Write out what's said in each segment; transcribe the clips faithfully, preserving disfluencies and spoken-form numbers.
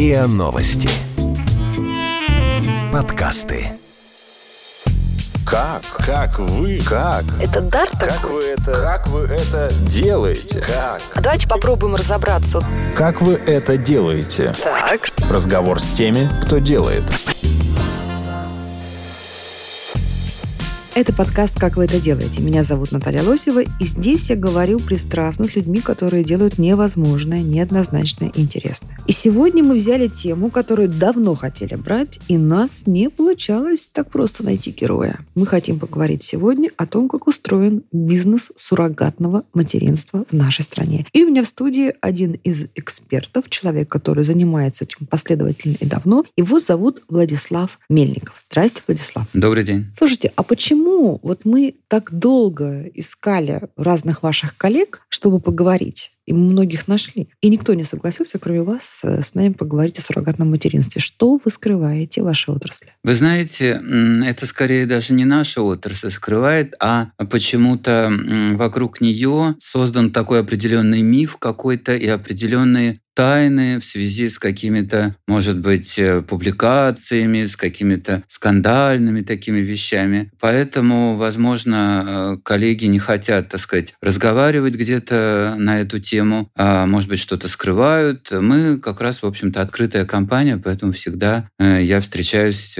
РИА Новости. Подкасты. Как? Как вы? Как? Это дар Как такой? вы это? Как вы это делаете? Как? А давайте попробуем разобраться. Как вы это делаете? Так. Разговор с теми, кто делает. Это подкаст «Как вы это делаете?». Меня зовут Наталья Лосева, и здесь я говорю пристрастно с людьми, которые делают невозможное, неоднозначное и интересное. И сегодня мы взяли тему, которую давно хотели брать, и у нас не получалось так просто найти героя. Мы хотим поговорить сегодня о том, как устроен бизнес суррогатного материнства в нашей стране. И у меня в студии один из экспертов, человек, который занимается этим последовательно и давно. Его зовут Владислав Мельников. Здрасте, Владислав. Добрый день. Слушайте, а почему вот мы так долго искали разных ваших коллег, чтобы поговорить? И мы многих нашли. И никто не согласился, кроме вас, с нами поговорить о суррогатном материнстве. Что вы скрываете в вашей отрасли? Вы знаете, это скорее даже не наша отрасль скрывает, а почему-то вокруг нее создан такой определенный миф какой-то и определенные тайны в связи с какими-то, может быть, публикациями, с какими-то скандальными такими вещами. Поэтому, возможно, коллеги не хотят, так сказать, разговаривать где-то на эту тему, а, может быть, что-то скрывают. Мы как раз, в общем-то, открытая компания, поэтому всегда я встречаюсь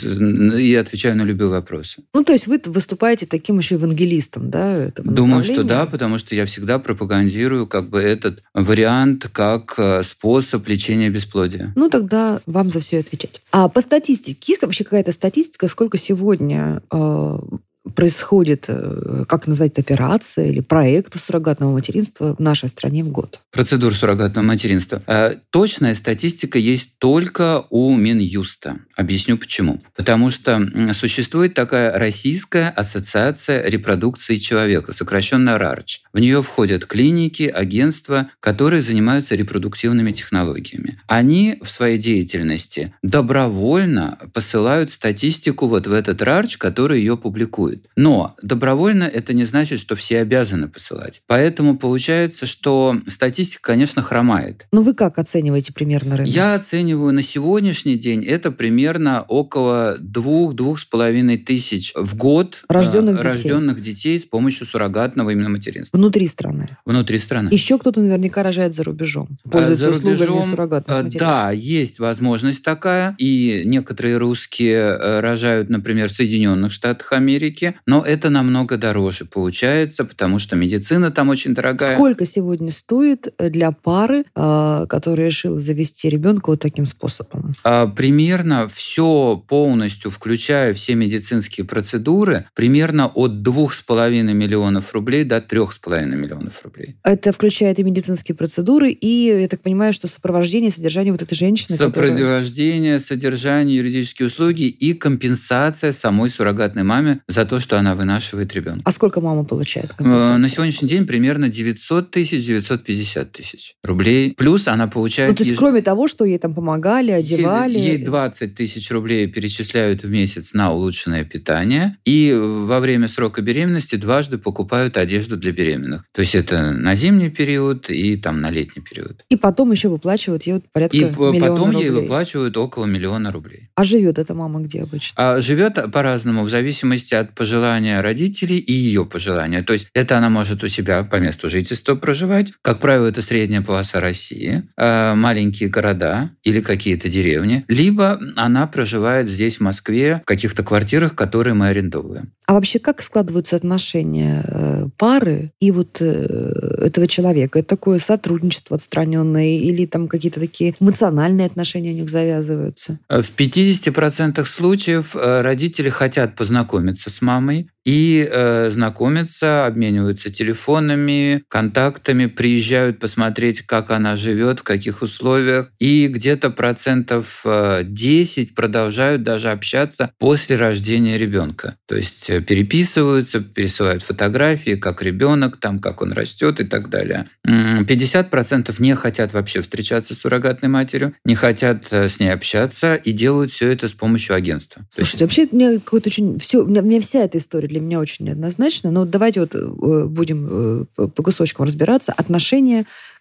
и отвечаю на любые вопросы. Ну, то есть вы выступаете таким еще евангелистом, да, этого Думаю, что да, потому что я всегда пропагандирую как бы этот вариант как способ лечения бесплодия. Ну, тогда вам за все отвечать. А по статистике, есть вообще какая-то статистика, сколько сегодня э, происходит, э, как назвать, операция или проекта суррогатного материнства в нашей стране в год? Процедур суррогатного материнства. Э, точная статистика есть только у Минюста. Объясню почему. Потому что существует такая Российская ассоциация репродукции человека, сокращенно РАРЧ. В нее входят клиники, агентства, которые занимаются репродуктивными технологиями. Они в своей деятельности добровольно посылают статистику вот в этот РАРЧ, который ее публикует. Но добровольно это не значит, что все обязаны посылать. Поэтому получается, что статистика, конечно, хромает. Но вы как оцениваете примерно рынок? Я оцениваю на сегодняшний день это примерно около двух-двух с половиной тысяч в год рожденных, э, рожденных детей. детей с помощью суррогатного именно материнства. Внутри страны? Внутри страны. Еще кто-то наверняка рожает за рубежом, пользуется за рубежом, услугами суррогатных матерей. Да, есть возможность такая. И некоторые русские рожают, например, в Соединенных Штатах Америки, но это намного дороже получается, потому что медицина там очень дорогая. Сколько сегодня стоит для пары, которая решила завести ребенка вот таким способом? Примерно все полностью, включая все медицинские процедуры, примерно от двух с половиной миллионов рублей до трех с половиной миллионов рублей. Это включает и медицинские процедуры, и, я так понимаю, что сопровождение, содержание вот этой женщины. Сопровождение, которая... содержание, юридические услуги и компенсация самой суррогатной маме за то, что она вынашивает ребенка. А сколько мама получает компенсацию? На сегодняшний день примерно девятьсот тысяч - девятьсот пятьдесят тысяч рублей. Плюс она получает... Ну, то есть, еж... кроме того, что ей там помогали, одевали... Ей, ей двадцать тысяч рублей перечисляют в месяц на улучшенное питание, и во время срока беременности дважды покупают одежду для беременных. То есть это на зимний период и там на летний период. И потом еще выплачивают ей порядка и миллиона потом рублей. ей выплачивают около миллиона рублей. А живет эта мама где обычно? А живет по-разному, в зависимости от пожелания родителей и ее пожелания. То есть это она может у себя по месту жительства проживать. Как правило, это средняя полоса России, маленькие города или какие-то деревни. Либо она проживает здесь, в Москве, в каких-то квартирах, которые мы арендовываем. А вообще как складываются отношения пары и вот этого человека? Это такое сотрудничество отстраненное или там какие-то такие эмоциональные отношения у них завязываются? В пятидесяти процентах случаев родители хотят познакомиться с мамой и э, знакомятся, обмениваются телефонами, контактами, приезжают посмотреть, как она живет, в каких условиях. И где-то процентов десять продолжают даже общаться после рождения ребенка. То есть переписываются, пересылают фотографии, как ребенок, там, как он растет и так далее. пятьдесят процентов не хотят вообще встречаться с суррогатной матерью, не хотят с ней общаться и делают все это с помощью агентства. Слушайте, вообще у меня какой-то очень... Все, у меня, у меня вся эта история для меня очень неоднозначна, но давайте вот будем по кусочкам разбираться. Отношения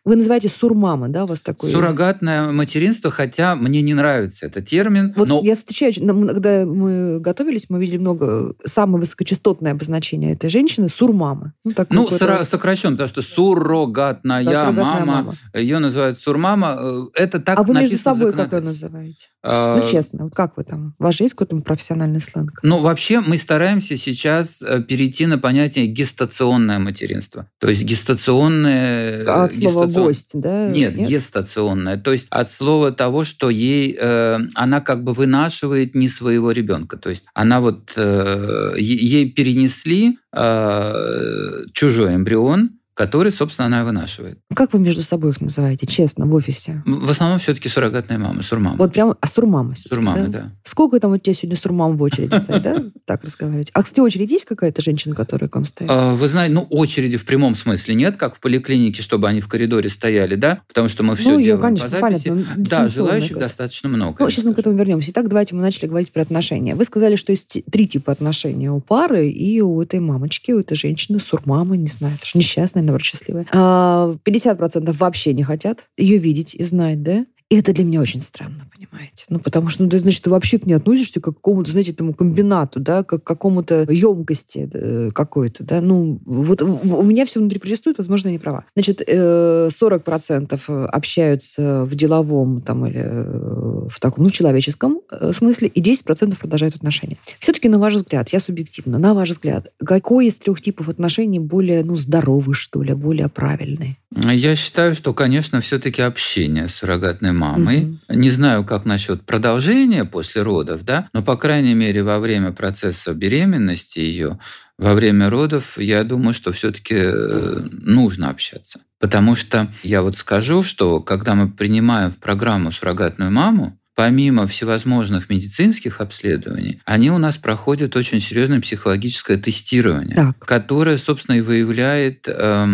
Вы называете сурмама, да, у вас такой? Суррогатное материнство, хотя мне не нравится этот термин. Вот но... я встречаю, когда мы готовились, мы видели много, самое высокочастотное обозначение этой женщины – сурмама. Ну, ну сора- сокращенно, потому что суррогатная, да, суррогатная мама, мама, ее называют сурмама. Это так а вы написано между собой как ее называете? А... Ну, честно, вот как вы там? У вас же есть какой-то профессиональный сленг? Ну, вообще мы стараемся сейчас перейти на понятие гестационное материнство. То есть гестационное... От слова гестацион... «гость», да? Нет, Нет, гестационное. То есть от слова того, что ей э, она как бы вынашивает не своего ребенка. То есть она вот э, ей перенесли э, чужой эмбрион, который, собственно, она вынашивает. Как вы между собой их называете, честно, в офисе? В основном все-таки суррогатная мама, сурмама. Вот прям, а сурмама? Сурмама, да? да. Сколько там у тебя сегодня сурмам в очереди стоит, да? Так разговаривать. А, кстати, очередь есть какая-то женщина, которая к вам стоит? Вы знаете, ну, очереди в прямом смысле нет, как в поликлинике, чтобы они в коридоре стояли, да? Потому что мы все ну, делаем конечно, по записи. Понятно, да, желающих достаточно много. Ну, сейчас мы к этому вернемся. Итак, давайте мы начали говорить про отношения. Вы сказали, что есть три типа отношений у пары и у этой мамочки, у этой женщины, сурмамы, не знаю, это же несчастная, наоборот, счастливая. пятьдесят процентов вообще не хотят ее видеть и знать, да? И это для меня очень странно, понимаете? Ну, потому что, ну, ты, значит, ты вообще к ней относишься как к какому-то, знаете, этому комбинату, да, как к какому-то емкости э, какой-то, да. Ну, вот в, у меня все внутри протестует, возможно, я не права. Значит, э, сорок процентов общаются в деловом там, или э, в таком, ну, человеческом э, смысле, и десять процентов продолжают отношения. Все-таки, на ваш взгляд, я субъективно, на ваш взгляд, какой из трех типов отношений более, ну, здоровый, что ли, более правильный? Я считаю, что, конечно, все-таки общение с суррогатной мамой. Угу. Не знаю, как насчет продолжения после родов, да, но, по крайней мере, во время процесса беременности ее, во время родов, я думаю, что все-таки нужно общаться. Потому что я вот скажу, что когда мы принимаем в программу суррогатную маму, помимо всевозможных медицинских обследований, они у нас проходят очень серьезное психологическое тестирование, так. которое, собственно, и выявляет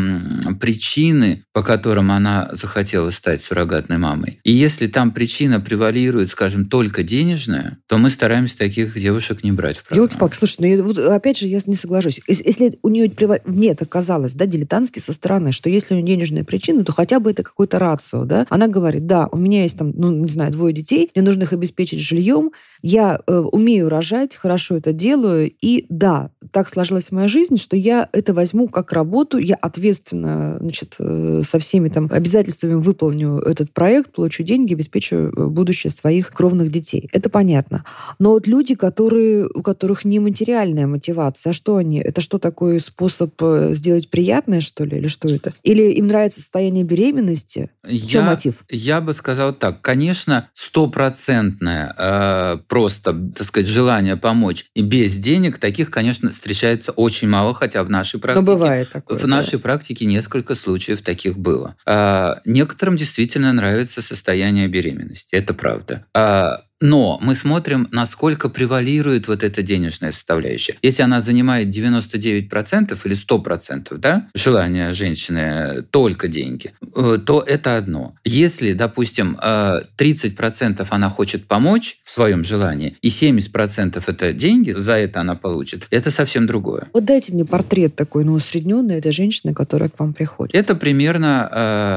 эм, причины, по которым она захотела стать суррогатной мамой. И если там причина превалирует, скажем, только денежная, то мы стараемся таких девушек не брать в программу. Ёлки-палки, слушай, ну я, вот, опять же, я не соглашусь. Если у нее нет, оказалось, да, дилетантски со стороны, что если у нее денежная причина, то хотя бы это какой-то рацио, да. Она говорит, да, у меня есть там, ну, не знаю, двое детей, мне нужно их обеспечить жильем, я э, умею рожать, хорошо это делаю, и да, так сложилась моя жизнь, что я это возьму как работу, я ответственно, значит, э, со всеми там обязательствами выполню этот проект, получу деньги, обеспечу будущее своих кровных детей. Это понятно. Но вот люди, которые, у которых нематериальная мотивация, а что они? Это что, такой способ сделать приятное, что ли, или что это? Или им нравится состояние беременности? Я, в чем мотив? Я бы сказал так. Конечно, стопроцентное э, просто, так сказать, желание помочь и без денег, таких, конечно, встречается очень мало, хотя в нашей практике... Но бывает такое. В да. нашей практике несколько случаев таких было. Э, некоторым действительно нравится состояние беременности. Это правда. Э, Но мы смотрим, насколько превалирует вот эта денежная составляющая. Если она занимает девяносто девять процентов или сто процентов, да, желание женщины только деньги, то это одно. Если, допустим, тридцать процентов она хочет помочь в своем желании, и семьдесят процентов это деньги, за это она получит, это совсем другое. Вот дайте мне портрет такой, ну, усредненный этой женщины, которая к вам приходит. Это примерно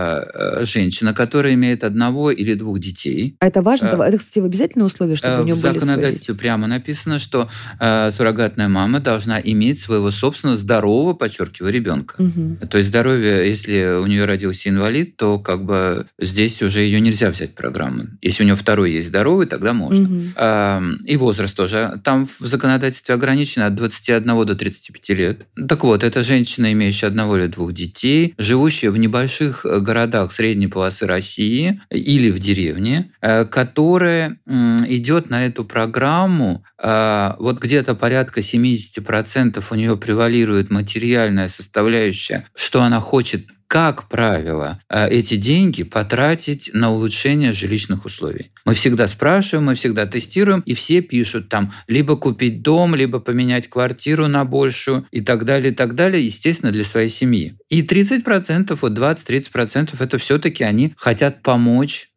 э, женщина, которая имеет одного или двух детей. А это важно? Это, кстати, в обязательно условие, чтобы у нее в были законодательстве прямо написано, что э, суррогатная мама должна иметь своего собственного здорового, подчеркиваю, ребенка. Угу. То есть здоровье, если у нее родился инвалид, то как бы здесь уже ее нельзя взять в программу. Если у нее второй есть здоровый, тогда можно. Угу. Э, и возраст тоже. Там в законодательстве ограничено от двадцати одного до тридцати пяти лет. Так вот, это женщина, имеющая одного или двух детей, живущая в небольших городах средней полосы России или в деревне, э, которая идет на эту программу, вот где-то порядка семьдесят процентов у нее превалирует материальная составляющая, что она хочет, как правило, эти деньги потратить на улучшение жилищных условий. Мы всегда спрашиваем, мы всегда тестируем, и все пишут там либо купить дом, либо поменять квартиру на большую и так далее, и так далее, естественно, для своей семьи. И тридцать процентов, вот двадцать-тридцать процентов это все-таки они хотят помочь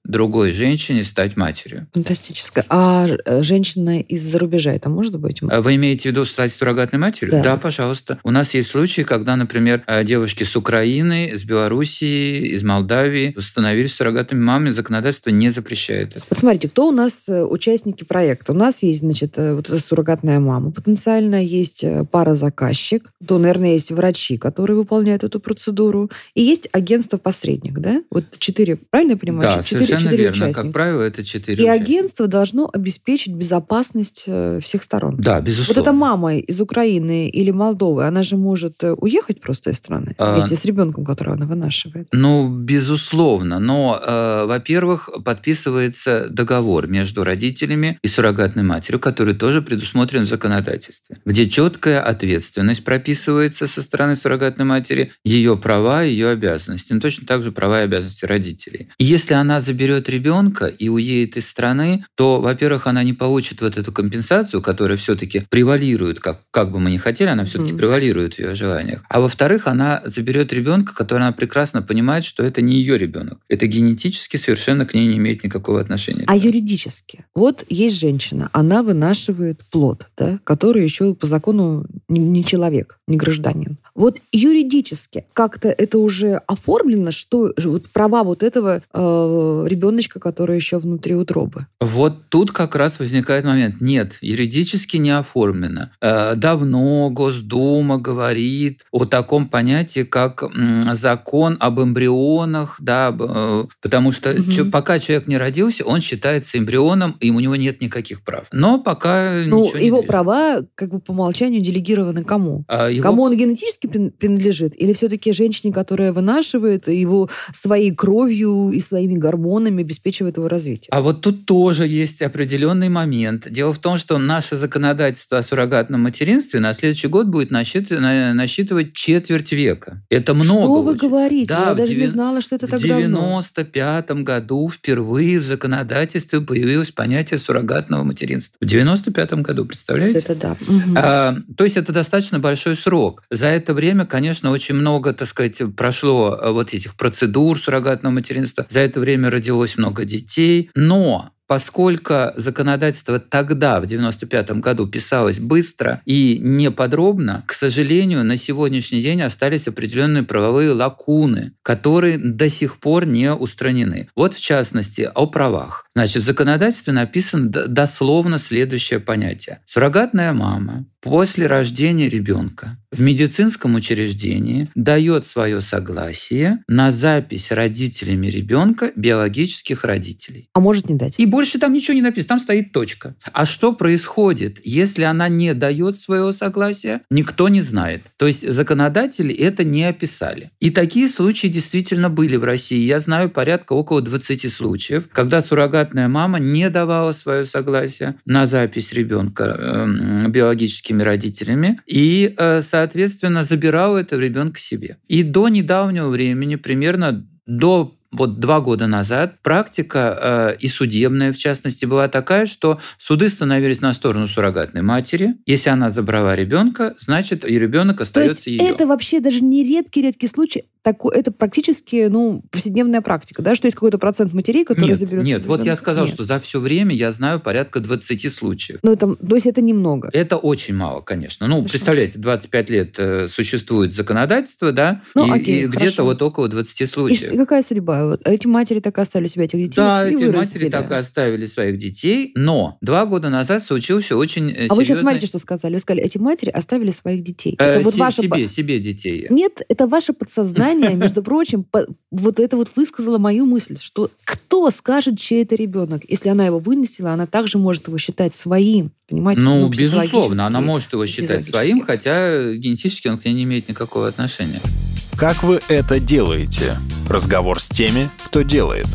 другой женщине стать матерью. Фантастическое. А женщина из-за рубежа это может быть? Вы имеете в виду стать суррогатной матерью? Да. Да, пожалуйста. У нас есть случаи, когда, например, девушки с Украины, с Белоруссии, из Молдавии становились суррогатными мамами. Законодательство не запрещает это. Вот смотрите, кто у нас участники проекта? У нас есть, значит, вот эта суррогатная мама. Потенциально есть пара-заказчик. То, наверное, есть врачи, которые выполняют эту процедуру. И есть агентство-посредник, да? Вот четыре, правильно я понимаю? Да, четыре, совершенно четыре верно. участника. Как правило, это четыре И участника. агентство должно обеспечить безопасность всех сторон. Да, безусловно. Вот эта мама из Украины или Молдовы, она же может уехать просто из страны а... вместе с ребенком, которого она вынашивает? Ну, безусловно. Но, э, во-первых, подписывается договор между родителями и суррогатной матерью, который тоже предусмотрен в законодательстве, где четкая ответственность прописывается со стороны суррогатной матери, ее права, ее обязанности. Но точно так же права и обязанности родителей. И если она заберет ребенка и уедет из страны, то, во-первых, она не получит вот эту компенсацию, которая все-таки превалирует, как, как бы мы ни хотели, она все-таки mm. превалирует в ее желаниях. А во-вторых, она заберет ребенка, который она прекрасно понимает, что это не ее ребенок. Это генетически совершенно к ней не имеет никакого отношения. А юридически? Вот есть женщина, она вынашивает плод, да, который еще по закону не человек, не гражданин. Вот юридически как-то это уже оформлено, что вот права вот этого э, ребеночка, который еще внутри утробы? Вот тут как раз возникает момент. Нет, юридически не оформлено. Э, давно Госдума говорит о таком понятии, как м, закон об эмбрионах, да, э, потому что угу. ч- пока человек не родился, он считается эмбрионом, и у него нет никаких прав. Но пока ну, ничего не его движется. Права как бы по умолчанию делегированы кому? А его... Кому он генетически принадлежит? Или все-таки женщине, которая вынашивает, его своей кровью и своими гормонами обеспечивает его развитие? А вот тут тоже есть определенный момент. Дело в том, что наше законодательство о суррогатном материнстве на следующий год будет насчитывать, насчитывать четверть века. Это много. Что вы очень. говорите? Да, Я даже девя... не знала, что это в так давно. В девяносто пятом году впервые в законодательстве появилось понятие суррогатного материнства. В девяносто пятом году, представляете? Это да. Угу. А, то есть это достаточно большой срок. За это время, конечно, очень много, так сказать, прошло вот этих процедур суррогатного материнства. За это время родилось много детей. Но поскольку законодательство тогда, в девяносто пятом году, писалось быстро и неподробно, к сожалению, на сегодняшний день остались определенные правовые лакуны, которые до сих пор не устранены. Вот, в частности, о правах. Значит, в законодательстве написано дословно следующее понятие. Суррогатная мама после рождения ребенка в медицинском учреждении дает свое согласие на запись родителями ребенка биологических родителей. А может не дать? И больше там ничего не написано, там стоит точка. А что происходит, если она не дает своего согласия, никто не знает. То есть законодатели это не описали. И такие случаи действительно были в России. Я знаю порядка около двадцати случаев, когда суррогатная мама не давала свое согласие на запись ребенка э, биологическими родителями и, э, соответственно, забирала этого ребенка себе. И до недавнего времени, примерно до вот два года назад, практика э, и судебная, в частности, была такая, что суды становились на сторону суррогатной матери. Если она забрала ребенка, значит, и ребенок остается ее. То есть это вообще даже не редкий-редкий случай, такой, это практически ну, повседневная практика, да, что есть какой-то процент матерей, которые нет, заберут Нет, ребенка? Вот я сказал, нет. что за все время я знаю порядка двадцати случаев. Ну, это, то есть это немного? Это очень мало, конечно. Ну, хорошо. Представляете, двадцать пять лет э, существует законодательство, да, ну, и, окей, и где-то вот около двадцати случаев. И какая судьба? Вот эти матери так и оставили себя этих детей? Да, и эти вырастили. матери так и оставили своих детей, но два года назад случился очень серьезный... А вы сейчас смотрите, что сказали. Вы сказали, эти матери оставили своих детей. Э, это вот се- ваше... себе, себе детей. Нет, это ваше подсознание, между прочим, вот это вот высказала мою мысль, что кто скажет, чей это ребенок? Если она его вынесла, она также может его считать своим. Понимаете? Ну, безусловно, она может его считать физиологически. своим, хотя генетически он к ней не имеет никакого отношения. Как вы это делаете? Разговор с теми, кто делает.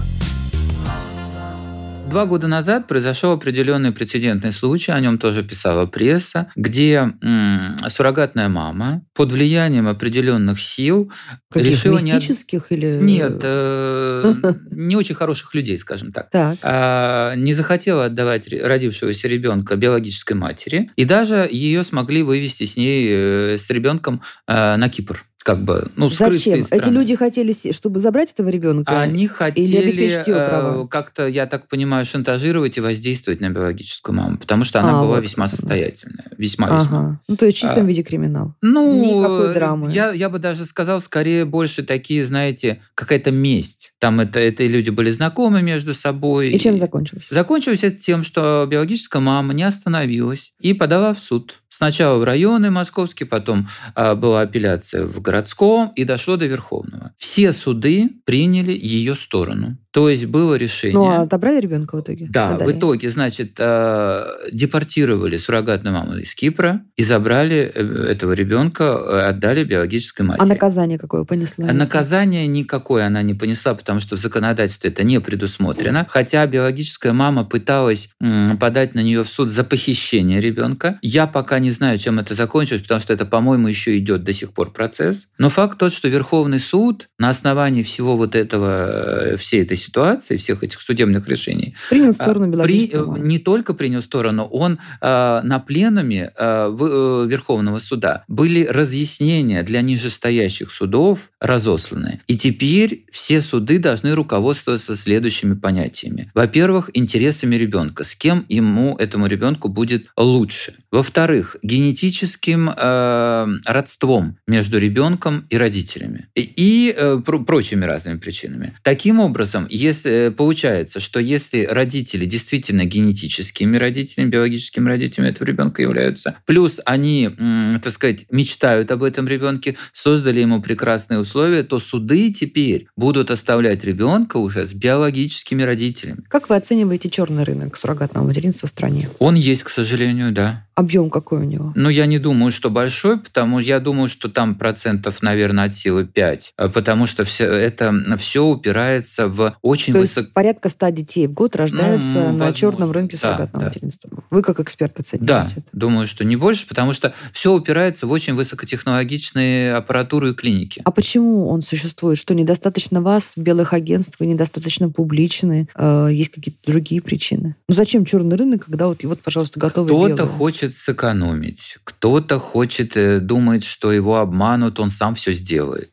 Два года назад произошел определенный прецедентный случай, о нем тоже писала пресса, где м, суррогатная мама под влиянием определенных сил Каких, решила... мистических не... или... Нет, э, не очень хороших людей, скажем так. Так. А, не захотела отдавать родившегося ребенка биологической матери, и даже ее смогли вывести с ней, с ребенком на Кипр. как бы, ну, скрыться Зачем? из страны. Эти люди хотели, чтобы забрать этого ребенка? Они хотели или обеспечить ее права? как-то, я так понимаю, шантажировать и воздействовать на биологическую маму, потому что она а, была вот весьма состоятельная. Весьма-весьма. Ага. Ну, то есть в чистом а, виде криминал. Ну, никакой драмы. Я, я бы даже сказал, скорее больше такие, знаете, какая-то месть. Там это, это люди были знакомы между собой. И чем закончилось? Закончилось это тем, что биологическая мама не остановилась и подала в суд. Сначала в районы московские, потом а, была апелляция в городском и дошло до Верховного. Все суды приняли ее сторону. То есть было решение... Ну, а отобрали ребенка в итоге? Да, Отдали. в итоге, значит, э, депортировали суррогатную маму из Кипра и забрали этого ребенка, отдали биологической матери. А наказание какое понесла? А наказание никакое она не понесла, потому что в законодательстве это не предусмотрено. Хотя биологическая мама пыталась м, подать на нее в суд за похищение ребенка. Я пока не знаю, чем это закончилось, потому что это, по-моему, еще идет до сих пор процесс. Но факт тот, что Верховный суд на основании всего вот этого, всей этой ситуации, всех этих судебных решений... Принял сторону биологической мамы. Не только принял сторону, он э, на пленуме э, в, э, Верховного суда были разъяснения для нижестоящих судов разосланы. И теперь все суды должны руководствоваться следующими понятиями. Во-первых, интересами ребенка. С кем ему, этому ребенку, будет лучше. Во-вторых, генетическим э, родством между ребенком и родителями. И, и э, про, прочими разными причинами. Таким образом, если, получается, что если родители действительно генетическими родителями, биологическими родителями этого ребенка являются, плюс они, так сказать, мечтают об этом ребенке, создали ему прекрасные условия, то суды теперь будут оставлять ребенка уже с биологическими родителями. Как вы оцениваете черный рынок суррогатного материнства в стране? Он есть, к сожалению, да. Объем какой у него? Ну, я не думаю, что большой, потому что я думаю, что там процентов, наверное, от силы пять, потому что все, это все упирается в очень То высок... есть порядка ста детей в год рождается ну, на возможно. черном рынке суррогатного да, материнства. Да. Вы как эксперт оцениваете да, это? Думаю, что не больше, потому что все упирается в очень высокотехнологичные аппаратуры и клиники. А почему он существует? Что недостаточно вас, белых агентств, вы недостаточно публичны? Э, есть какие-то другие причины? Ну зачем черный рынок, когда вот, и вот, пожалуйста, готовый белый? Кто-то хочет сэкономить, кто-то хочет, думает, что его обманут, он сам все сделает.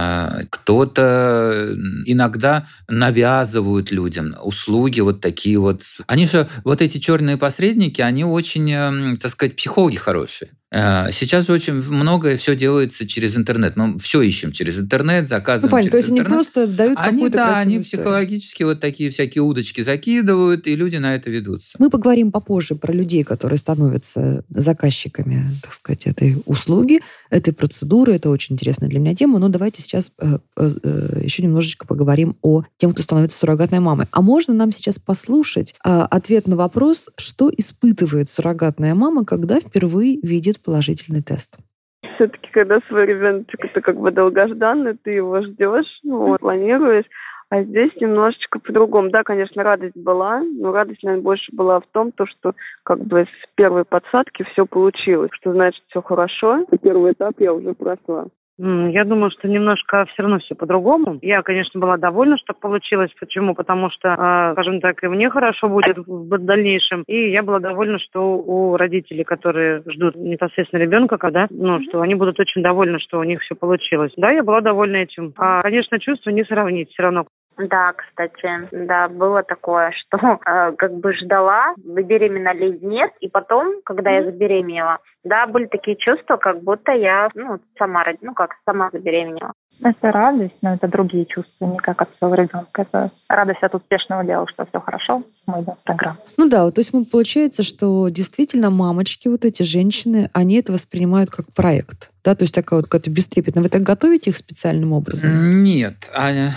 Кто-то иногда навязывают людям услуги вот такие вот. Они же, вот эти черные посредники, они очень, так сказать, психологи хорошие. Сейчас же очень многое все делается через интернет. Мы все ищем через интернет, заказываем ну, понятно, через то есть интернет. Они просто дают они, какую-то да, красивую они историю. Психологически вот такие всякие удочки закидывают, и люди на это ведутся. Мы поговорим попозже про людей, которые становятся заказчиками, так сказать, этой услуги, этой процедуры. Это очень интересная для меня тема. Но давайте сейчас э, э, еще немножечко поговорим о тем, кто становится суррогатной мамой. А можно нам сейчас послушать э, ответ на вопрос, что испытывает суррогатная мама, когда впервые видит положительный тест? Все-таки, когда свой ребеночек, это как бы долгожданный, ты его ждешь, ну, планируешь, а здесь немножечко по-другому. Да, конечно, радость была, но радость, наверное, больше была в том, то, что как бы с первой подсадки все получилось, что значит все хорошо. И первый этап я уже прошла. Я думаю, что немножко все равно все по-другому. Я, конечно, была довольна, что получилось. Почему? Потому что, скажем так, и мне хорошо будет в дальнейшем. И я была довольна, что у родителей, которые ждут непосредственно ребенка, когда, ну, что они будут очень довольны, что у них все получилось. Да, я была довольна этим. А, конечно, чувства не сравнить все равно. Да, кстати, да, было такое, что э, как бы ждала, беременна ли нет, и потом, когда я забеременела, да, были такие чувства, как будто я, ну, сама, ну, как сама забеременела. Это радость, но это другие чувства, не как от своего ребенка. Это радость от успешного дела, что все хорошо, мы идем в программу. Ну да, вот, то есть получается, что действительно мамочки, вот эти женщины, они это воспринимают как проект. Да, то есть такая вот какая-то бестрепетная. Вы так готовите их специальным образом? Нет, Аня.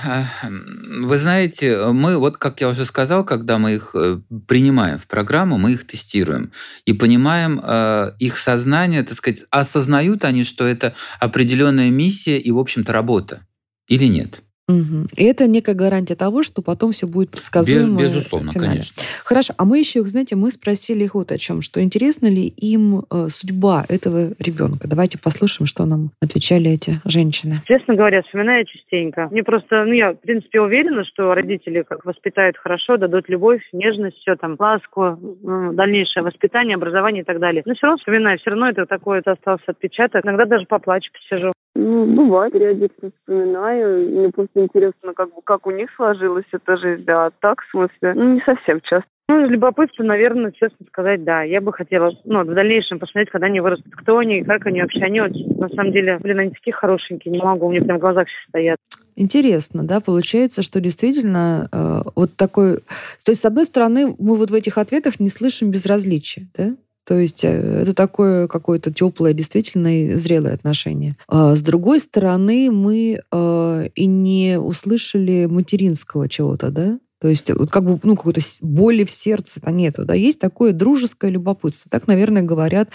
Вы знаете, мы, вот как я уже сказал, когда мы их принимаем в программу, мы их тестируем и понимаем их сознание, так сказать, осознают они, что это определенная миссия и, в общем-то, работа или нет. Угу. И это некая гарантия того, что потом все будет предсказуемо. Без, безусловно, конечно. Хорошо. А мы еще, знаете, мы спросили их вот о чем, что интересна ли им э, судьба этого ребенка. Давайте послушаем, что нам отвечали эти женщины. Честно говоря, вспоминаю частенько. Мне просто, ну я, в принципе, уверена, что родители как воспитают хорошо, дадут любовь, нежность, все там, ласку, дальнейшее воспитание, образование и так далее. Но все равно вспоминаю, все равно это такой остался отпечаток. Иногда даже поплачу, посижу. Ну, бывает, периодически вспоминаю. Мне просто интересно, как бы, как у них сложилась эта жизнь. А так, в смысле, ну, не совсем часто. Ну, любопытство, наверное, честно сказать, да. Я бы хотела, ну, в дальнейшем посмотреть, когда они вырастут, кто они, как они вообще. Они вот, на самом деле, блин, они такие хорошенькие, не могу, у меня прям в глазах все стоят. Интересно, да, получается, что действительно э, вот такой... То есть, с одной стороны, мы вот в этих ответах не слышим безразличия, да? То есть это такое какое-то теплое, действительно и зрелое отношение. А с другой стороны, мы э, и не услышали материнского чего-то, да? То есть вот как бы, ну, какой-то боли в сердце-то нету, да, есть такое дружеское любопытство. Так, наверное, говорят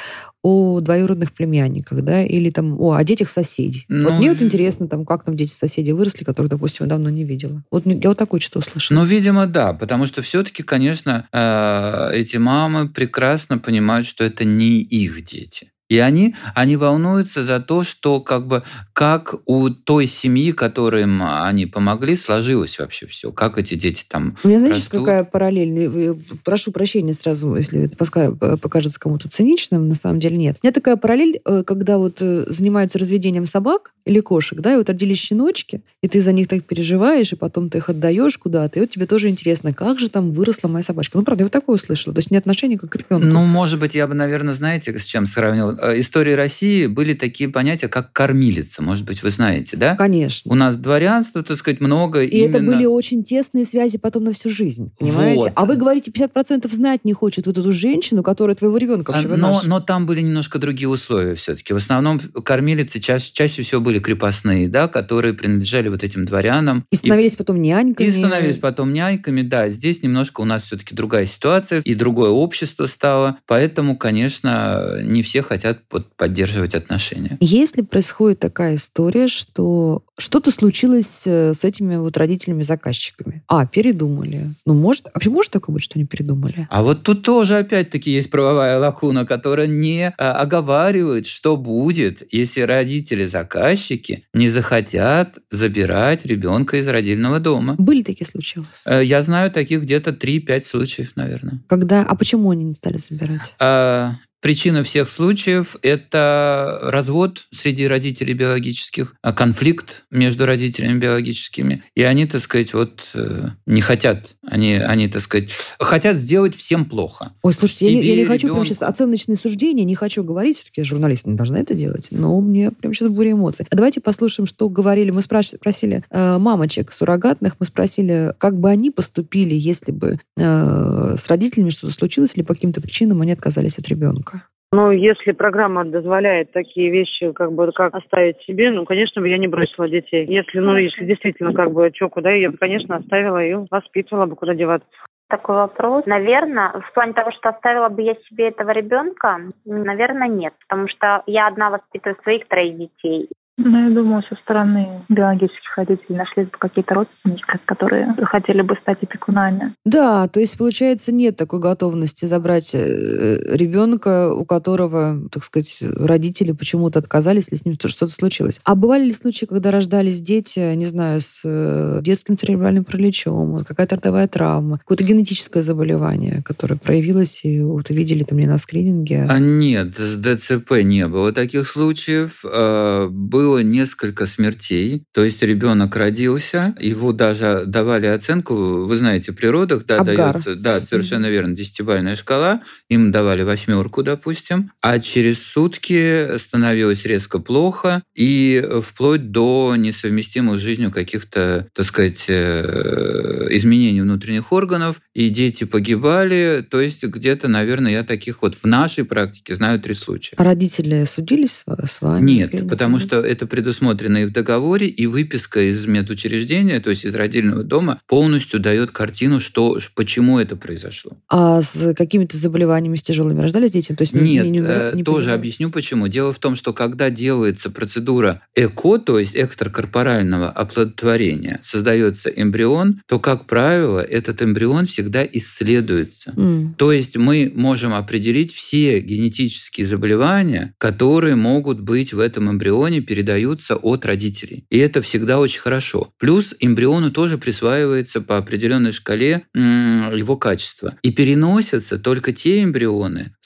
о двоюродных племянниках, да, или там о, о детях соседей. Ну, вот мне вот интересно, там, как там дети соседей выросли, которых, допустим, я давно не видела. Вот я вот такое что-то услышала. Ну, видимо, да, потому что все-таки, конечно, эти мамы прекрасно понимают, что это не их дети. И они, они волнуются за то, что как бы как у той семьи, которой им они помогли, сложилось вообще все. Как эти дети там У меня, знаете, растут. какая параллель? Прошу прощения сразу, если это покажется кому-то циничным, на самом деле нет. У меня такая параллель, когда вот занимаются разведением собак или кошек, да, и вот родились щеночки, и ты за них так переживаешь, и потом ты их отдаешь куда-то, и вот тебе тоже интересно, как же там выросла моя собачка. Ну, правда, я вот такое услышала. То есть не отношение как к ребенку. Ну, может быть, я бы, наверное, знаете, с чем сравнил? Истории России были такие понятия, как кормилица. Может быть, вы знаете, да? Конечно. У нас дворянства, так сказать, много. И именно... это были очень тесные связи потом на всю жизнь, понимаете? Вот. А вы говорите, пятьдесят процентов знать не хочет вот эту женщину, которая твоего ребенка вообще но, но там были немножко другие условия все-таки. В основном кормилицы чаще, чаще всего были крепостные, да, которые принадлежали вот этим дворянам. И становились и, потом няньками. И становились потом няньками, да. Здесь немножко у нас все-таки другая ситуация, и другое общество стало. Поэтому, конечно, не все хотят поддерживать отношения. Если происходит такая история, что что-то случилось с этими вот родителями-заказчиками, а, передумали. Ну, может, вообще может такое быть, что они передумали? А вот тут тоже опять-таки есть правовая лакуна, которая не оговаривает, что будет, если родители-заказчики не захотят забирать ребенка из родильного дома. Были такие случаи у вас? Я знаю таких где-то три-пять случаев, наверное. Когда? А почему они не стали забирать? А... Причина всех случаев – это развод среди родителей биологических, конфликт между родителями биологическими. И они, так сказать, вот не хотят, они, они так сказать, хотят сделать всем плохо. Ой, слушайте, я не, я не хочу ребенку... прямо сейчас оценочные суждения, не хочу говорить, все-таки я журналист, не должна это делать, но мне прямо сейчас буря эмоций. А давайте послушаем, что говорили. Мы спросили э, мамочек суррогатных, мы спросили, как бы они поступили, если бы э, с родителями что-то случилось, или по каким-то причинам они отказались от ребенка. Ну, если программа дозволяет такие вещи, как бы, как оставить себе, ну, конечно, бы я не бросила детей. Если, ну, если действительно, как бы, что, куда, я бы, конечно, оставила и воспитывала бы, куда деваться. Такой вопрос. Наверное, в плане того, что оставила бы я себе этого ребенка, наверное, нет. Потому что я одна воспитываю своих троих детей. Ну, я думаю, со стороны биологических родителей нашлись бы какие-то родственники, которые хотели бы стать опекунами. Да, то есть, получается, нет такой готовности забрать ребенка, у которого, так сказать, родители почему-то отказались, если с ним что-то случилось. А бывали ли случаи, когда рождались дети, не знаю, с детским церебральным параличом, какая-то ротовая травма, какое-то генетическое заболевание, которое проявилось, и вот увидели там не на скрининге? А нет, с ДЦП не было таких случаев. Был Было несколько смертей, то есть ребенок родился, его даже давали оценку, вы знаете, при родах, да, дается, да, совершенно верно, десятибалльная шкала, им давали восьмерку, допустим, а через сутки становилось резко плохо и вплоть до несовместимых с жизнью каких-то, так сказать, изменений внутренних органов, и дети погибали, то есть где-то, наверное, я таких вот в нашей практике знаю три случая. А родители судились с вами? Нет, потому что это предусмотрено и в договоре, и выписка из медучреждения, то есть из родильного дома, полностью дает картину, что, почему это произошло. А с какими-то заболеваниями, с тяжелыми рождались дети? То есть Нет, не, не, не, не тоже понимаю. объясню почему. Дело в том, что когда делается процедура ЭКО, то есть экстракорпорального оплодотворения, создается эмбрион, то, как правило, этот эмбрион всегда исследуется. Mm. То есть мы можем определить все генетические заболевания, которые могут быть в этом эмбрионе, передаются от родителей. И это всегда очень хорошо. Плюс эмбриону тоже присваивается по определенной шкале его качество. И переносятся только те эмбрионы,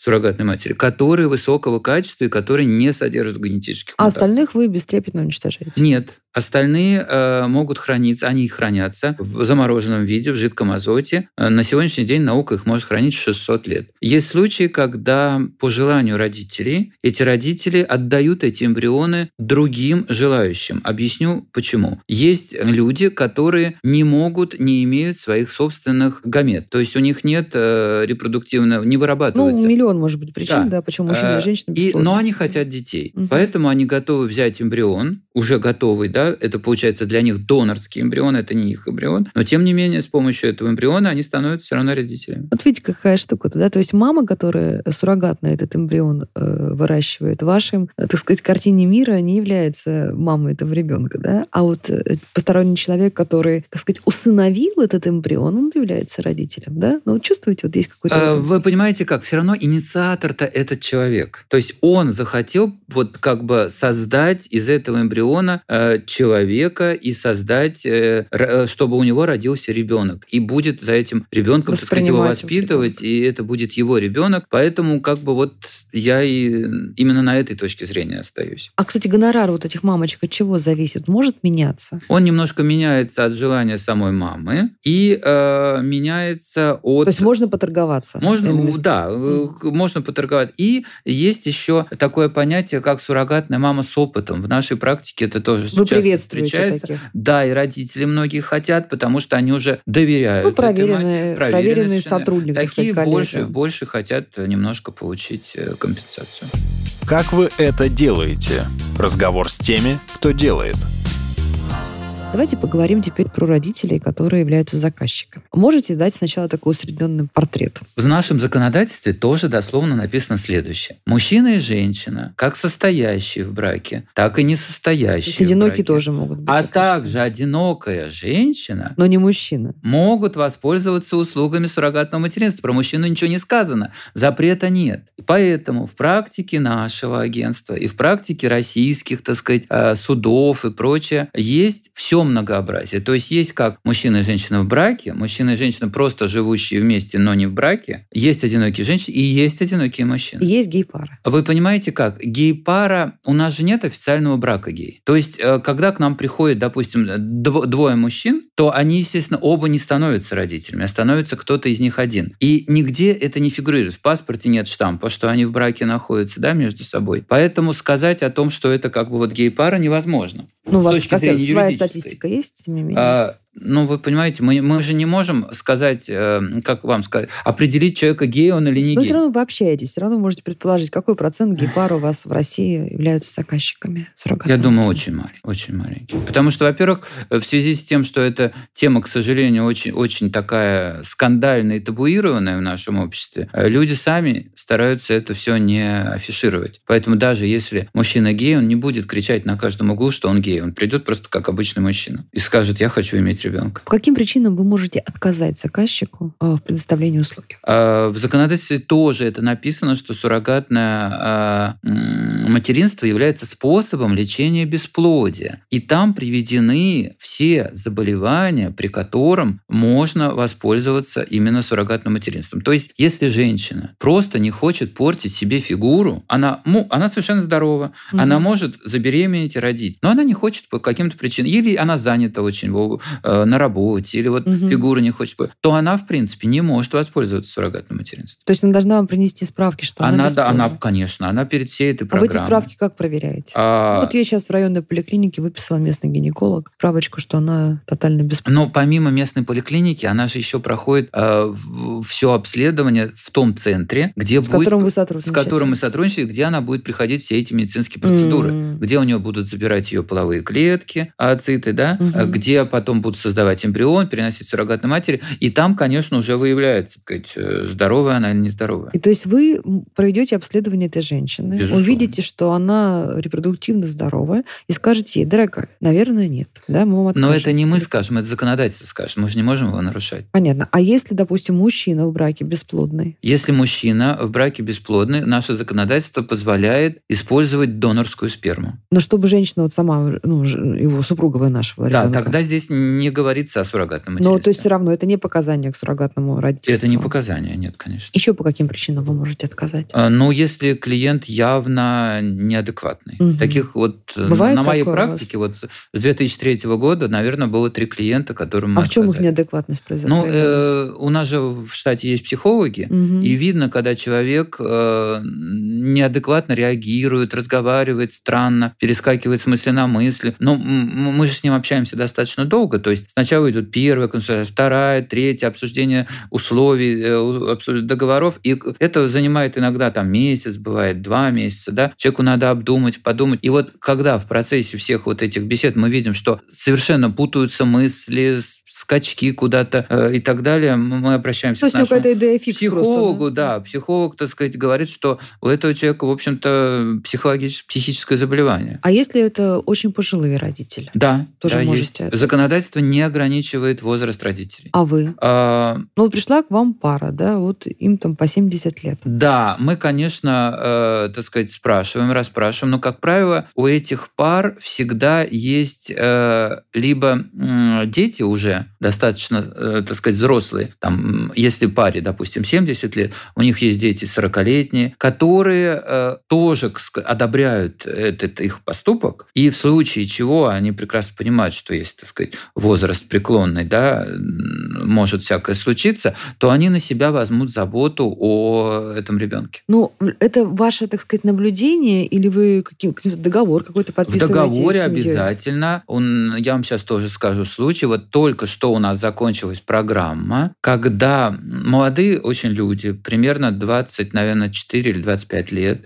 суррогатной матери, которые высокого качества и которые не содержат генетических А мутаций. остальных вы бестрепетно уничтожаете? Нет. Остальные э, могут храниться, они хранятся в замороженном виде, в жидком азоте. На сегодняшний день наука их может хранить шестьсот лет. Есть случаи, когда по желанию родителей эти родители отдают эти эмбрионы другим желающим. Объясню почему. Есть люди, которые не могут, не имеют своих собственных гамет. То есть у них нет э, репродуктивного, не вырабатывается. Ну, миллион, может быть, причин, да, да почему мужчина и женщина и, Но они хотят детей. Угу. Поэтому они готовы взять эмбрион, уже готовый, да, это получается для них донорский эмбрион, это не их эмбрион, но тем не менее с помощью этого эмбриона они становятся все равно родителями. Вот видите, какая штука-то, да, то есть мама, которая суррогатно этот эмбрион э, выращивает, в вашем, так сказать, картине мира не является мамой этого ребенка, да, а вот э, посторонний человек, который, так сказать, усыновил этот эмбрион, он является родителем, да? Ну вот чувствуете, вот есть какой-то... А, вы понимаете как, все равно инициатор-то этот человек. То есть он захотел вот как бы создать из этого эмбриона э, человека и создать, э, чтобы у него родился ребенок. И будет за этим ребенком, так сказать, его воспитывать, и это будет его ребенок. Поэтому как бы вот я и именно на этой точке зрения остаюсь. А, кстати, гонорар вот этих мамочек от чего зависит? Может меняться? Он немножко меняется от желания самой мамы и э, меняется от... То есть можно поторговаться? Можно, да, mm. можно поторговать. И есть еще такое понятие, как суррогатная мама с опытом. В нашей практике это тоже Вы часто встречается. Таких? Да, и родители многие хотят, потому что они уже доверяют. Ну, проверенные, проверенные сотрудники. Такие кстати, больше, больше хотят немножко получить компенсацию. Как вы это делаете? Разговор с теми, кто делает. Давайте поговорим теперь про родителей, которые являются заказчиками. Можете дать сначала такой усредненный портрет? В нашем законодательстве тоже дословно написано следующее. Мужчина и женщина, как состоящие в браке, так и не состоящие в браке. Одинокие тоже могут быть. А также одинокая женщина, но не мужчина, могут воспользоваться услугами суррогатного материнства. Про мужчину ничего не сказано. Запрета нет. Поэтому в практике нашего агентства и в практике российских, так сказать, судов и прочее есть все многообразие. То есть есть как мужчина и женщина в браке, мужчина и женщина просто живущие вместе, но не в браке, есть одинокие женщины и есть одинокие мужчины. И есть гей-пара. Вы понимаете как? Гей-пара, у нас же нет официального брака гей. То есть когда к нам приходит, допустим, двое мужчин, то они, естественно, оба не становятся родителями, а становится кто-то из них один. И нигде это не фигурирует. В паспорте нет штампа, что они в браке находятся, да, между собой. Поэтому сказать о том, что это как бы вот гей-пара, невозможно. Ну, у вас какая своя статистика есть, тем не менее? А, ну, вы понимаете, мы, мы же не можем сказать, э, как вам сказать, определить человека, гей он или не гей. Но все равно вы общаетесь, все равно можете предположить, какой процент гей-пар у вас в России являются заказчиками суррогатного. Я думаю, очень маленький, очень маленький. Потому что, во-первых, в связи с тем, что эта тема, к сожалению, очень, очень такая скандальная и табуированная в нашем обществе, люди сами стараются это все не афишировать. Поэтому даже если мужчина гей, он не будет кричать на каждом углу, что он гей. Он придет просто как обычный мужчина и скажет: я хочу иметь ребенка. По каким причинам вы можете отказать заказчику в предоставлении услуги? В законодательстве тоже это написано, что суррогатное материнство является способом лечения бесплодия. И там приведены все заболевания, при котором можно воспользоваться именно суррогатным материнством. То есть, если женщина просто не хочет портить себе фигуру, она, она совершенно здорова, угу. она может забеременеть и родить, но она не хочет по каким-то причинам, или она занята очень э, на работе, или вот угу. фигура не хочет, то она, в принципе, не может воспользоваться суррогатным материнством. То есть она должна вам принести справки, что она, она да, она, конечно, она перед всей этой а программой. А вы эти справки как проверяете? А... Вот я сейчас в районной поликлинике выписала местный гинеколог справочку, что она тотально бесплатна. Но помимо местной поликлиники, она же еще проходит э, все обследование в том центре, где с будет, которым вы сотрудничаете. С которым мы сотрудничаем, где она будет приходить все эти медицинские процедуры, mm. где у нее будут забирать ее половые клетки, ооциты, да, mm-hmm. где потом будут создавать эмбрион, переносить суррогатной матери, и там, конечно, уже выявляется, так сказать, здоровая она или нездоровая. И то есть вы проведете обследование этой женщины, Безусловно. Увидите, что она репродуктивно здоровая, и скажете ей: дорогая, наверное, нет. Да, мы вам откажем. Но это не мы скажем, это законодательство скажет. Мы же не можем его нарушать. Понятно. А если, допустим, мужчина в браке бесплодный? Если мужчина в браке бесплодный, наше законодательство позволяет использовать донорскую сперму. Но чтобы женщина вот сама, ну, его супруговая нашего да, ребенка. тогда здесь не, говорится о суррогатном материнстве. Но то есть все равно это не показания к суррогатному родительству? Это не показания, нет, конечно. Еще по каким причинам вы можете отказать? А, ну, если клиент явно неадекватный. Угу. Таких вот Бывает на моей такое практике вот с две тысячи третьего года, наверное, было три клиента, которым мы А в чем отказали. их неадекватность произошла? Ну, э, у нас же в штате есть психологи, угу. и видно, когда человек э, неадекватно реагирует, разговаривает странно, перескакивает с мысли на мысли. Но мы же с ним общаемся достаточно долго, то есть сначала идет первая консультация, вторая, третья, обсуждение условий, обсуждение договоров, и это занимает иногда там месяц, бывает два месяца, да, человеку надо обдумать, подумать. И вот когда в процессе всех вот этих бесед мы видим, что совершенно путаются мысли, скачки куда-то э, и так далее, мы обращаемся То к нашему психологу. Просто, да? да, психолог, так сказать, говорит, что у этого человека, в общем-то, психологическое, психическое заболевание. А если это очень пожилые родители? Да, тоже да, можете. Есть. Законодательство не ограничивает возраст родителей. А вы? А... Ну, вот пришла к вам пара, да, вот им там по семьдесят лет. Да, мы, конечно, э, так сказать, спрашиваем, расспрашиваем, но, как правило, у этих пар всегда есть э, либо э, дети уже достаточно, э, так сказать, взрослые. Там, если паре, допустим, семьдесят лет, у них есть дети сорокалетние, которые э, тоже одобряют этот их поступок, и в случае чего они прекрасно понимают, что если, так сказать, возраст преклонный, да, может всякое случиться, то они на себя возьмут заботу о этом ребенке. Ну, это ваше, так сказать, наблюдение, или вы каким, какой-то договор какой-то подписываете? В договоре с семьей? Обязательно. Он, я вам сейчас тоже скажу случай. Вот только что у нас закончилась программа, когда молодые очень люди, примерно двадцать, наверное, четыре или двадцать пять лет,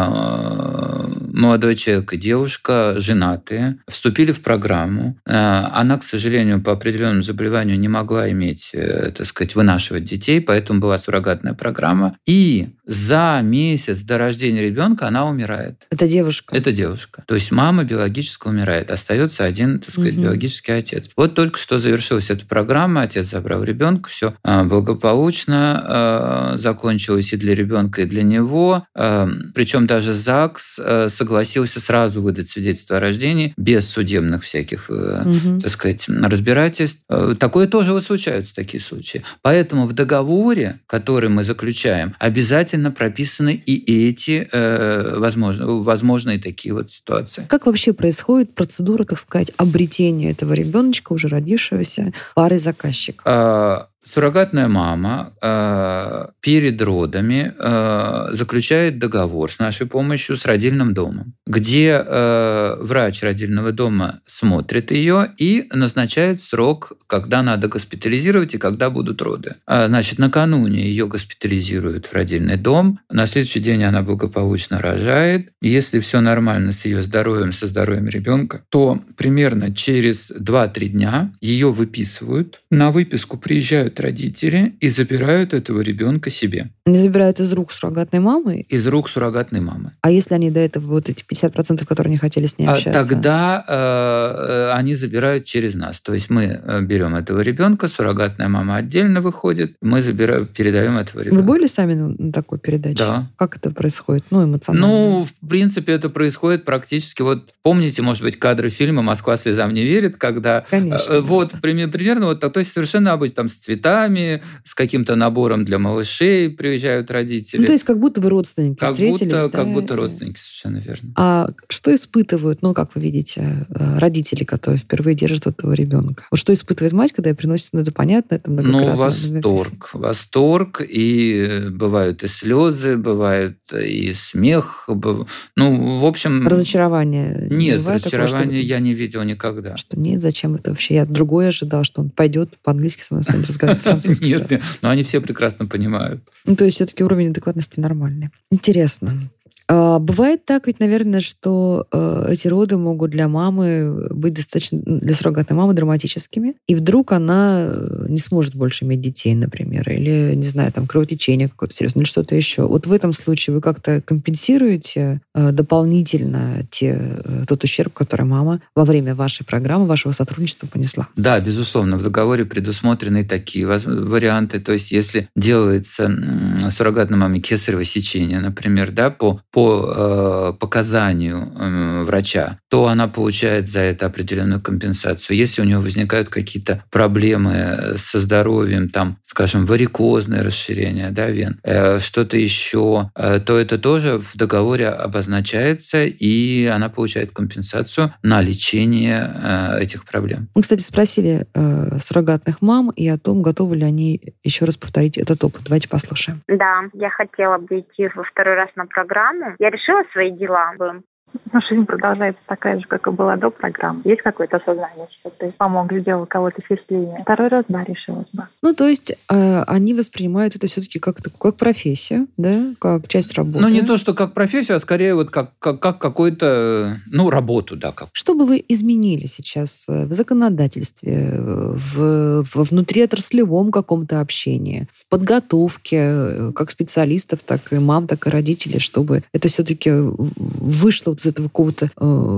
молодой человек и девушка, женатые, вступили в программу. Она, к сожалению, по определенному заболеванию не могла иметь, так сказать, вынашивать детей, поэтому была суррогатная программа. И за месяц до рождения ребенка она умирает. Это девушка? Это девушка. То есть мама биологически умирает. Остается один, так сказать, угу. биологический отец. Вот только что завершилась эта программа, отец забрал ребенка, все благополучно закончилось и для ребенка, и для него. Причем даже ЗАГС согласился сразу выдать свидетельство о рождении без судебных всяких, угу. так сказать, разбирательств. Такое тоже вот случаются, такие случаи. Поэтому в договоре, который мы заключаем, обязательно прописаны и эти э, возможно, возможные такие вот ситуации. Как вообще происходит процедура, так сказать, обретения этого ребеночка, уже родившегося, парой заказчика? А... Суррогатная мама э, перед родами э, заключает договор с нашей помощью с родильным домом, где э, врач родильного дома смотрит ее и назначает срок, когда надо госпитализировать и когда будут роды. А, значит, накануне ее госпитализируют в родильный дом, на следующий день она благополучно рожает. Если все нормально с ее здоровьем, со здоровьем ребенка, то примерно через два-три дня ее выписывают. На выписку приезжают родители и забирают этого ребенка себе. Они забирают из рук суррогатной мамы? Из рук суррогатной мамы. А если они до этого вот эти пятьдесят процентов, которые не хотели с ней общаться? А тогда э, они забирают через нас. То есть мы берем этого ребенка, суррогатная мама отдельно выходит, мы забираем, передаем этого ребенка. Вы были сами на такой передаче? Да. Как это происходит? Ну, эмоционально. Ну, в принципе, это происходит практически. Вот помните, может быть, кадры фильма «Москва слезам не верит», когда... Конечно. Вот, примерно вот так. То есть совершенно обычно там с цветами, с каким-то набором для малышей приезжают родители. Ну, то есть как будто вы родственники как встретились. Будто, да? Как будто родственники, совершенно верно. А что испытывают, ну, как вы видите, родители, которые впервые держат этого ребенка? Вот что испытывает мать, когда ей приносит, ну, это понятно, это многократно. Ну, восторг. Восторг, и бывают и слезы, бывают и смех. Ну, в общем... Разочарование? Нет, разочарования я не видел никогда. Что нет, зачем это вообще? Я другое ожидал, что он пойдет по-английски со мной станет разговаривать французски. Нет, нет, но они все прекрасно понимают. Ну, то есть все-таки уровень адекватности нормальный. Интересно. А, бывает так ведь, наверное, что э, эти роды могут для мамы быть достаточно, для суррогатной мамы драматическими, и вдруг она не сможет больше иметь детей, например, или, не знаю, там, кровотечение какое-то серьезное, или что-то еще. Вот в этом случае вы как-то компенсируете э, дополнительно те, э, тот ущерб, который мама во время вашей программы, вашего сотрудничества понесла? Да, безусловно. В договоре предусмотрены такие варианты. То есть, если делается суррогатной маме кесарево сечение, например, да, по, по э, показанию э, врача, то она получает за это определенную компенсацию. Если у нее возникают какие-то проблемы со здоровьем, там, скажем, варикозное расширение, да, вен, э, что-то еще, э, то это тоже в договоре обозначается, и она получает компенсацию на лечение э, этих проблем. Мы, кстати, спросили э, суррогатных мам и о том, готовы ли они еще раз повторить этот опыт. Давайте послушаем. Да, я хотела бы идти во второй раз на программу. Я решила свои дела. Ну, жизнь продолжается такая же, как и была до программы. Есть какое-то осознание, что ты помог, сделал кого-то счастливее. Второй раз, да, решилась бы. Ну, то есть э, они воспринимают это все-таки как, как профессию, да, как часть работы. Ну, не то, что как профессию, а скорее вот как, как, как какую-то, ну, работу, да. Как. Что бы вы изменили сейчас в законодательстве, в, в внутриотраслевом каком-то общении, в подготовке как специалистов, так и мам, так и родителей, чтобы это все-таки вышло из этого какого-то,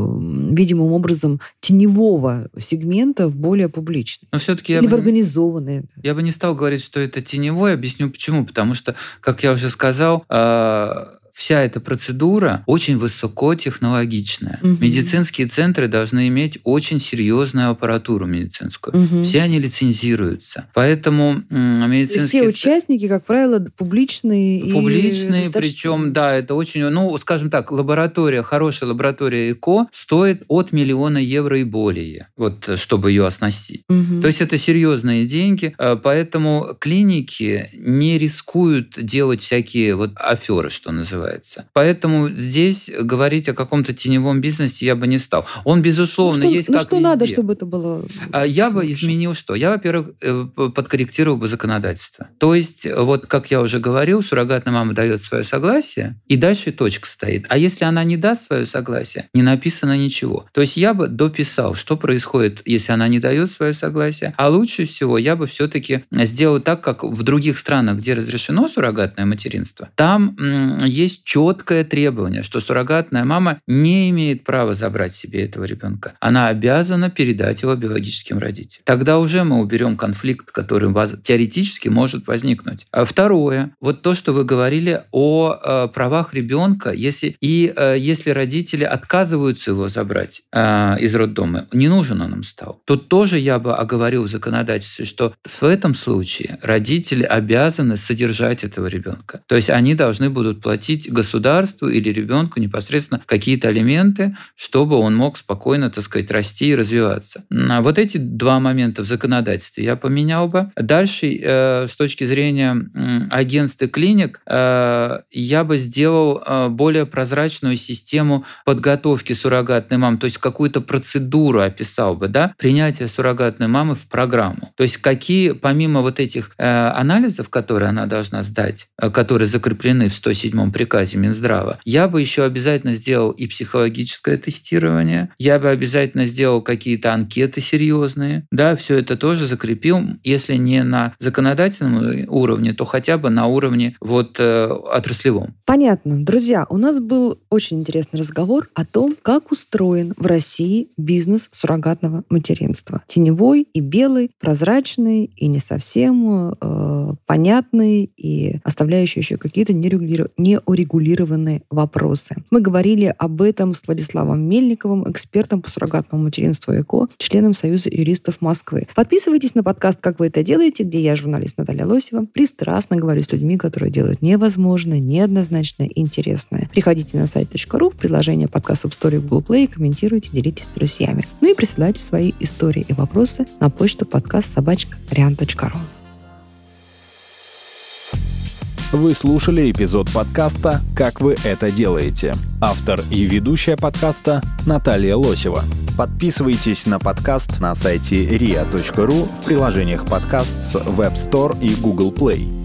э, видимым образом, теневого сегмента в более публичный? Но все-таки Или я в бы, организованный? Я бы не стал говорить, что это теневой. Объясню почему. Потому что, как я уже сказал, э, вся эта процедура очень высокотехнологичная. Угу. Медицинские центры должны иметь очень серьезную аппаратуру медицинскую. Угу. Все они лицензируются. Поэтому медицинские... Все участники, как правило, публичные. Публичные, причем, да, это очень... Ну, скажем так, лаборатория, хорошая лаборатория ЭКО стоит от миллиона евро и более, вот, чтобы ее оснастить. Угу. То есть это серьезные деньги, поэтому клиники не рискуют делать всякие вот аферы, что называется. Поэтому здесь говорить о каком-то теневом бизнесе я бы не стал. Он, безусловно, ну, что, есть ну, как что везде. надо, чтобы это было... Я бы изменил что? Я, во-первых, подкорректировал бы законодательство. То есть, вот как я уже говорил, суррогатная мама дает свое согласие, и дальше точка стоит. А если она не даст свое согласие, не написано ничего. То есть я бы дописал, что происходит, если она не дает свое согласие. А лучше всего я бы все-таки сделал так, как в других странах, где разрешено суррогатное материнство. Там м- есть четкое требование, что суррогатная мама не имеет права забрать себе этого ребенка. Она обязана передать его биологическим родителям. Тогда уже мы уберем конфликт, который теоретически может возникнуть. А второе, вот то, что вы говорили о э, правах ребенка, если, и э, если родители отказываются его забрать э, из роддома, не нужен он им стал. Тут тоже я бы оговорил в законодательстве, что в этом случае родители обязаны содержать этого ребенка. То есть они должны будут платить государству или ребенку непосредственно какие-то алименты, чтобы он мог спокойно, так сказать, расти и развиваться. Вот эти два момента в законодательстве я поменял бы. Дальше, э, с точки зрения э, агентств и клиник, э, я бы сделал э, более прозрачную систему подготовки суррогатной мамы, то есть какую-то процедуру описал бы, да, принятие суррогатной мамы в программу. То есть какие, помимо вот этих э, анализов, которые она должна сдать, э, которые закреплены в сто седьмом приказе Минздрава, я бы еще обязательно сделал и психологическое тестирование, я бы обязательно сделал какие-то анкеты серьезные, да, все это тоже закрепил, если не на законодательном уровне, то хотя бы на уровне вот э, отраслевом. Понятно. Друзья, у нас был очень интересный разговор о том, как устроен в России бизнес суррогатного материнства. Теневой и белый, прозрачный и не совсем э, понятный, и оставляющий еще какие-то неурегулированные вопросы. Мы говорили об этом с Владиславом Мельниковым, экспертом по суррогатному материнству ЭКО, членом Союза юристов Москвы. Подписывайтесь на подкаст «Как вы это делаете», где я, журналист Наталья Лосева, пристрастно говорю с людьми, которые делают невозможное, неоднозначное и интересное. Приходите на сайт точка ру, в приложение подкаст Substory в Google Play, комментируйте, делитесь с друзьями. Ну и присылайте свои истории и вопросы на почту подкаст собачка риан точка ру. Вы слушали эпизод подкаста «Как вы это делаете». Автор и ведущая подкаста Наталья Лосева. Подписывайтесь на подкаст на сайте риа точка ру, в приложениях подкаст с Web Store и Google Play.